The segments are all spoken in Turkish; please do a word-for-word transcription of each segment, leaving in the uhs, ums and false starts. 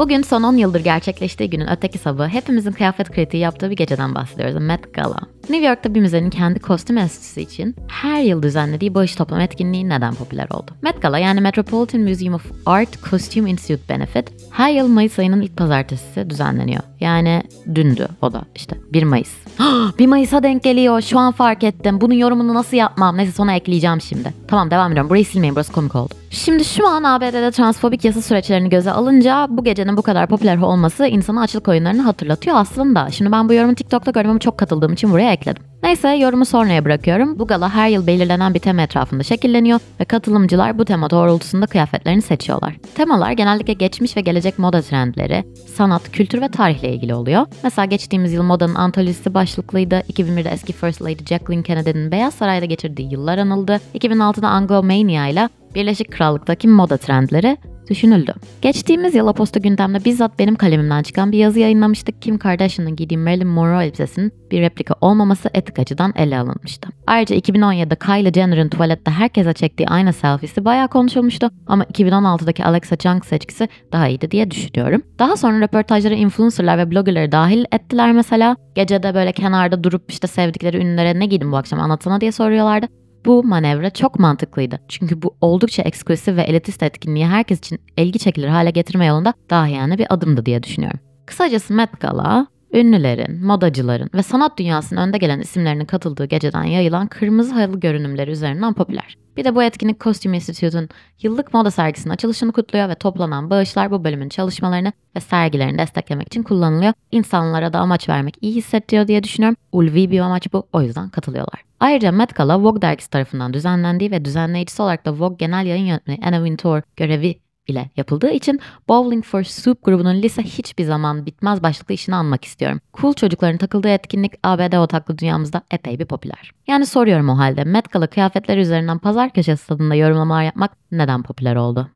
Bugün son on yıldır gerçekleştiği günün öteki sabahı hepimizin kıyafet kritiği yaptığı bir geceden bahsediyoruz. Met Gala. New York'ta bir müzenin kendi kostüm enstitüsü için her yıl düzenlediği bağış toplama etkinliği neden popüler oldu? Met Gala yani Metropolitan Museum of Art Costume Institute Benefit her yıl Mayıs ayının ilk pazartesisi düzenleniyor. Yani dündü o da işte bir Mayıs. bir Mayıs'a denk geliyor, şu an fark ettim. Bunun yorumunu nasıl yapmam? Neyse sonra ekleyeceğim şimdi. Tamam devam ediyorum. Burayı silmeyin, burası komik oldu. Şimdi şu an A B D'de transfobik yasa süreçlerini göze alınca bu gecenin bu kadar popüler olması insana açlık oyunlarını hatırlatıyor aslında. Şimdi ben bu yorumu TikTok'ta gördüm ama çok katıldığım için buraya ekledim. Neyse yorumu sonraya bırakıyorum. Bu gala her yıl belirlenen bir tema etrafında şekilleniyor ve katılımcılar bu tema doğrultusunda kıyafetlerini seçiyorlar. Temalar genellikle geçmiş ve gelecek moda trendleri, sanat, kültür ve tarihle ilgili oluyor. Mesela geçtiğimiz yıl modanın antolojisi başlıklıydı. iki bin birde eski First Lady Jacqueline Kennedy'nin Beyaz Saray'da geçirdiği yıllar anıldı. iki bin altıda Anglo-Mania ile Birleşik Krallık'taki moda trendleri düşünüldü. Geçtiğimiz yıl Aposta gündemde bizzat benim kalemimden çıkan bir yazı yayınlamıştık. Kim Kardashian'ın giydiği Marilyn Monroe elbisesinin bir replika olmaması etik açıdan ele alınmıştı. Ayrıca iki bin on yedide Kylie Jenner'ın tuvalette herkese çektiği ayna selfiesi bayağı konuşulmuştu ama iki bin on altıdaki Alexa Chung seçkisi daha iyiydi diye düşünüyorum. Daha sonra röportajlara influencerlar ve bloggerları dahil ettiler mesela. Gecede böyle kenarda durup işte sevdikleri ünlülere ne giydin bu akşam anlatsana diye soruyorlardı. Bu manevra çok mantıklıydı. Çünkü bu oldukça eksklusif ve elitist etkinliği herkes için ilgi çekilir hale getirme yolunda dahiyane bir adımdı diye düşünüyorum. Kısacası Met Gala, ünlülerin, modacıların ve sanat dünyasının önde gelen isimlerinin katıldığı geceden yayılan kırmızı halı görünümleri üzerinden popüler. Bir de bu etkinlik Costume Institute'un yıllık moda sergisinin açılışını kutluyor ve toplanan bağışlar bu bölümün çalışmalarını ve sergilerini desteklemek için kullanılıyor. İnsanlara da amaç vermek iyi hissettiriyor diye düşünüyorum. Ulvi bir amaç bu, o yüzden katılıyorlar. Ayrıca Met Gala, Vogue dergisi tarafından düzenlendiği ve düzenleyicisi olarak da Vogue Genel Yayın Yönetmeni Anna Wintour görevi ile yapıldığı için Bowling for Soup grubunun lise hiçbir zaman bitmez başlıklı işini anmak istiyorum. Cool çocukların takıldığı etkinlik A B D odaklı dünyamızda epey bir popüler. Yani soruyorum o halde Met Gala kıyafetleri üzerinden pazar köşesi tadında yorumlamalar yapmak neden popüler oldu?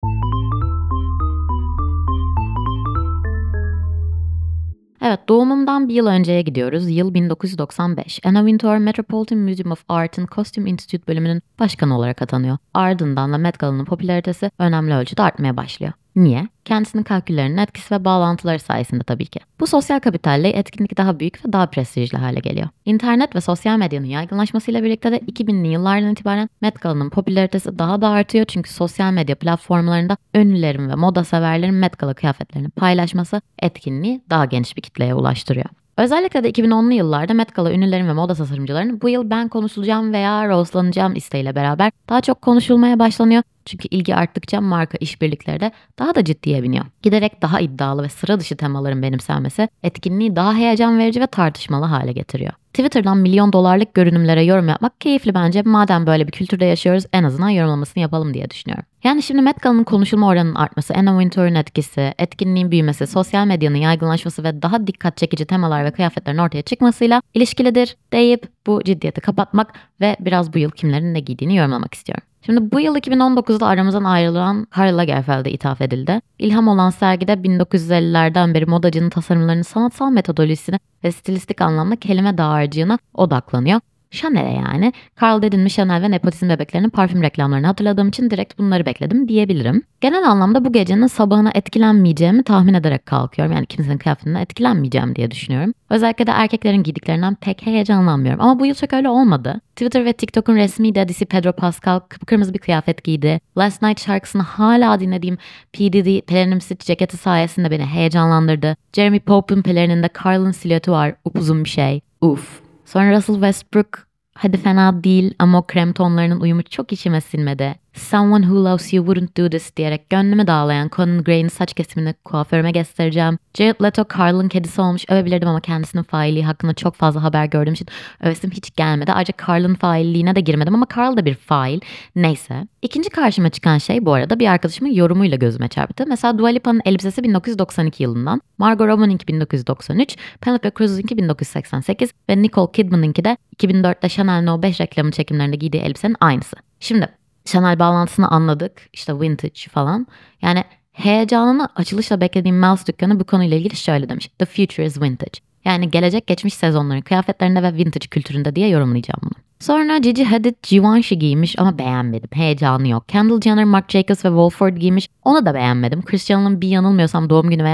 Evet, doğumumdan bir yıl önceye gidiyoruz. Yıl bin dokuz yüz doksan beş. Anna Wintour, Metropolitan Museum of Art'ın Costume Institute bölümünün başkanı olarak atanıyor. Ardından da Met Gala'nın popülaritesi önemli ölçüde artmaya başlıyor. Niye? Kendisinin kalküllerinin etkisi ve bağlantıları sayesinde tabii ki. Bu sosyal kapitalle etkinlik daha büyük ve daha prestijli hale geliyor. İnternet ve sosyal medyanın yaygınlaşmasıyla birlikte de iki binli yıllardan itibaren Met Gala'nın popülaritesi daha da artıyor çünkü sosyal medya platformlarında ünlülerin ve moda severlerin Met Gala kıyafetlerini paylaşması etkinliği daha geniş bir kitleye ulaştırıyor. Özellikle de iki bin onlu yıllarda Met Gala ünlülerin ve moda tasarımcılarının bu yıl ben konuşulacağım veya roastlanacağım isteğiyle beraber daha çok konuşulmaya başlanıyor. Çünkü ilgi arttıkça marka işbirlikleri de daha da ciddiye biniyor. Giderek daha iddialı ve sıra dışı temaların benimsenmesi etkinliği daha heyecan verici ve tartışmalı hale getiriyor. Twitter'dan milyon dolarlık görünümlere yorum yapmak keyifli bence. Madem böyle bir kültürde yaşıyoruz en azından yorumlamasını yapalım diye düşünüyorum. Yani şimdi Met Gala'nın konuşulma oranının artması, Anna Wintour'un etkisi, etkinliğin büyümesi, sosyal medyanın yaygınlaşması ve daha dikkat çekici temalar ve kıyafetlerin ortaya çıkmasıyla ilişkilidir deyip bu ciddiyeti kapatmak ve biraz bu yıl kimlerin ne giydiğini yorumlamak istiyorum. Şimdi bu yıl iki bin on dokuzda aramızdan ayrılan Karl Lagerfeld'e ithaf edildi. İlham olan sergide bin dokuz yüz ellilerden beri modacının tasarımlarının sanatsal metodolojisine ve stilistik anlamda kelime dağarcığına odaklanıyor. Chanel'e yani. Karl dedin mi Chanel ve nepotizm bebeklerinin parfüm reklamlarını hatırladığım için direkt bunları bekledim diyebilirim. Genel anlamda bu gecenin sabahına etkilenmeyeceğimi tahmin ederek kalkıyorum. Yani kimsenin kıyafetinden etkilenmeyeceğim diye düşünüyorum. Özellikle de erkeklerin giydiklerinden pek heyecanlanmıyorum. Ama bu yıl çok öyle olmadı. Twitter ve TikTok'un resmi dedisi Pedro Pascal kıpkırmızı bir kıyafet giydi. Last Night şarkısını hala dinlediğim P. Diddy pelerinimsi ceketi sayesinde beni heyecanlandırdı. Jeremy Pope'un pelerininde Karl'ın silüeti var. Upuzun bir şey. Uf. Sonra Russell Westbrook, hadi fena değil ama o krem tonlarının uyumu çok içime sinmedi. Someone who loves you wouldn't do this diyerek gönlümü dağlayan Conan Gray'in saç kesimini kuaförüme göstereceğim. Jared Leto Carl'ın kedisi olmuş övebilirdim ama kendisinin failliği hakkında çok fazla haber gördüğüm için övesim hiç gelmedi. Ayrıca Carl'ın failliğine de girmedim ama Carl da bir fail. Neyse. İkinci karşıma çıkan şey bu arada bir arkadaşımın yorumuyla gözüme çarptı. Mesela Dua Lipa'nın elbisesi bin dokuz yüz doksan iki yılından, Margot Robbie'ninki bin dokuz yüz doksan üç, Penelope Cruz'unki bin dokuz yüz seksen sekiz ve Nicole Kidman'ınki de iki bin dörtte Chanel No beş reklamı çekimlerinde giydiği elbisenin aynısı. Şimdi Chanel bağlantısını anladık. İşte vintage falan. Yani heyecanını açılışla beklediğim Mel's dükkanı bu konuyla ilgili şöyle demiş. The future is vintage. Yani gelecek geçmiş sezonların kıyafetlerinde ve vintage kültüründe diye yorumlayacağım bunu. Sonra Gigi Hadid Givenchy giymiş ama beğenmedim. Heyecanı yok. Kendall Jenner, Marc Jacobs ve Wolford giymiş. Onu da beğenmedim. Cristiano'nun bir yanılmıyorsam doğum günü veya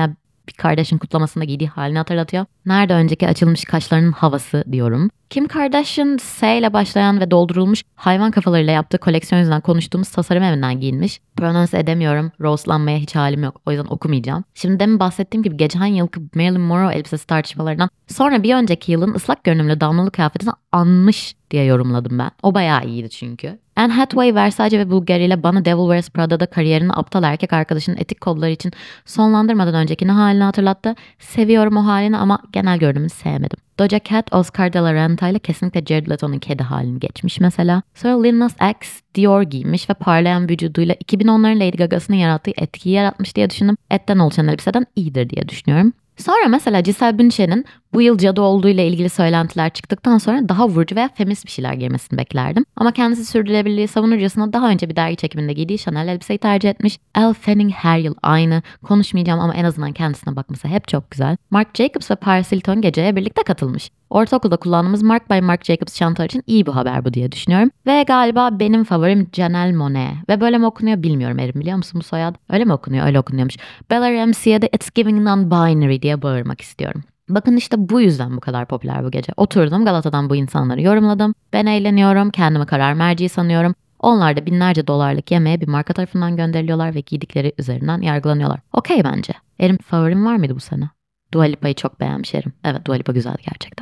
bir Kardashian kutlamasında giydiği halini hatırlatıyor. Nerede önceki açılmış kaşlarının havası diyorum. Kim Kardashian S ile başlayan ve doldurulmuş hayvan kafalarıyla yaptığı koleksiyon yüzünden konuştuğumuz tasarım evinden giyinmiş. Prononse edemiyorum. Roastlanmaya hiç halim yok. O yüzden okumayacağım. Şimdi demin bahsettiğim gibi geçen yılki Marilyn Monroe elbisesi tartışmalarından sonra bir önceki yılın ıslak görünümlü damlalı kıyafetini anmış diye yorumladım ben. O bayağı iyiydi çünkü. Anne Hathaway, Versace ve Bulgari ile bana Devil Wears Prada'da kariyerini aptal erkek arkadaşının etik kodları için sonlandırmadan önceki ne halini hatırlattı. Seviyorum o halini ama genel görünümünü sevmedim. Doja Cat, Oscar de la Renta ile kesinlikle Jared Leto'nun kedi halini geçmiş mesela. Sonra Lil Nas X Dior giymiş ve parlayan vücuduyla iki bin onların Lady Gaga'sının yarattığı etkiyi yaratmış diye düşündüm. Etten oluşan elbiseden iyidir diye düşünüyorum. Sonra mesela Gisele Bündchen'in bu yıl cadı olduğu ile ilgili söylentiler çıktıktan sonra daha vurucu veya feminist bir şeyler giymesini beklerdim. Ama kendisi sürdürülebilirliği savunurcasına daha önce bir dergi çekiminde giydiği Chanel elbiseyi tercih etmiş. Elle Fanning her yıl aynı. Konuşmayacağım ama en azından kendisine bakması hep çok güzel. Marc Jacobs ve Paris Hilton geceye birlikte katılmış. Ortaokulda kullandığımız Marc by Marc Jacobs çantalar için iyi bir haber bu diye düşünüyorum. Ve galiba benim favorim Janelle Monáe. Ve böyle mi okunuyor bilmiyorum Erim, biliyor musun bu soyad? Öyle mi okunuyor? Öyle okunuyormuş. Bella Ramsey'e de It's Giving Non-Binary diye bağırmak istiyorum. Bakın işte bu yüzden bu kadar popüler bu gece. Oturdum Galata'dan bu insanları yorumladım. Ben eğleniyorum, kendimi karar merci sanıyorum. Onlar da binlerce dolarlık yemeğe bir marka tarafından gönderiliyorlar ve giydikleri üzerinden yargılanıyorlar. Okey bence. Erim, favorim var mıydı bu sene? Dua Lipa'yı çok beğenmiş Erim. Evet, Dua Lipa güzeldi gerçekten.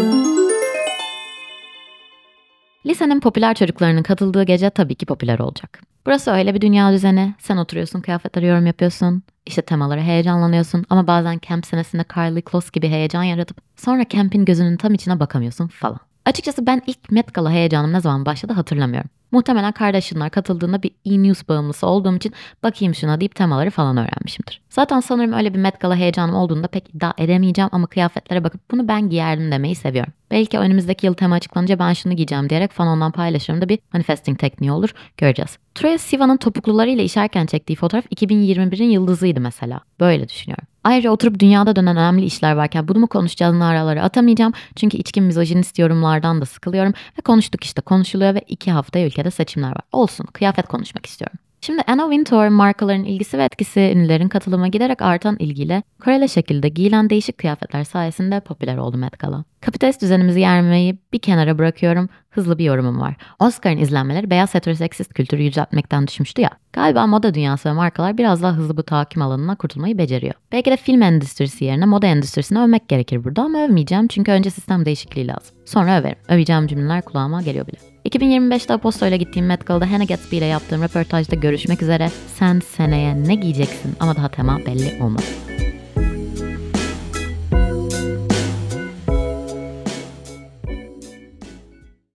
Lisenin popüler çocuklarının katıldığı gece tabii ki popüler olacak. Burası öyle bir dünya düzeni. Sen oturuyorsun, kıyafetlere yorum yapıyorsun. İşte temalara heyecanlanıyorsun ama bazen camp senesinde Karlie Kloss gibi heyecan yaratıp sonra camp'in gözünün tam içine bakamıyorsun falan. Açıkçası ben ilk Met Gala heyecanım ne zaman başladı hatırlamıyorum. Muhtemelen Kardashian'lar katıldığında bir E-News bağımlısı olduğum için bakayım şuna deyip temaları falan öğrenmişimdir. Zaten sanırım öyle bir Met Gala heyecanım olduğunda pek iddia edemeyeceğim ama kıyafetlere bakıp bunu ben giyerdim demeyi seviyorum. Belki önümüzdeki yıl tema açıklanınca ben şunu giyeceğim diyerek fan ondan paylaşırım da bir manifesting tekniği olur. Göreceğiz. Troye Siva'nın topuklularıyla işerken çektiği fotoğraf iki bin yirmi birin yıldızıydı mesela. Böyle düşünüyorum. Ayrıca oturup dünyada dönen önemli işler varken bunu mu konuşacağız naraları atamayacağım. Çünkü içkin mizojinist yorumlardan da sıkılıyorum ve konuştuk işte konuşuluyor ve iki haftaya ülkede seçimler var. Olsun, kıyafet konuşmak istiyorum. Şimdi Anna Wintour markaların ilgisi ve etkisi ünlülerin katılıma giderek artan ilgiyle Koreli şekilde giyilen değişik kıyafetler sayesinde popüler oldu Met Gala. Kapitalist düzenimizi yermeyi bir kenara bırakıyorum. Hızlı bir yorumum var. Oscar'ın izlenmeleri beyaz heteroseksist kültürü yüceltmekten düşmüştü ya. Galiba moda dünyası ve markalar biraz daha hızlı bu tahakküm alanına kurtulmayı beceriyor. Belki de film endüstrisi yerine moda endüstrisini övmek gerekir burada ama övmeyeceğim çünkü önce sistem değişikliği lazım. Sonra överim. Öveceğim cümleler kulağıma geliyor bile. iki bin yirmi beşte Aposto ile gittiğim Met Gala'da Hannah Gatsby ile yaptığım röportajda görüşmek üzere. Sen seneye ne giyeceksin ama daha tema belli olmadı.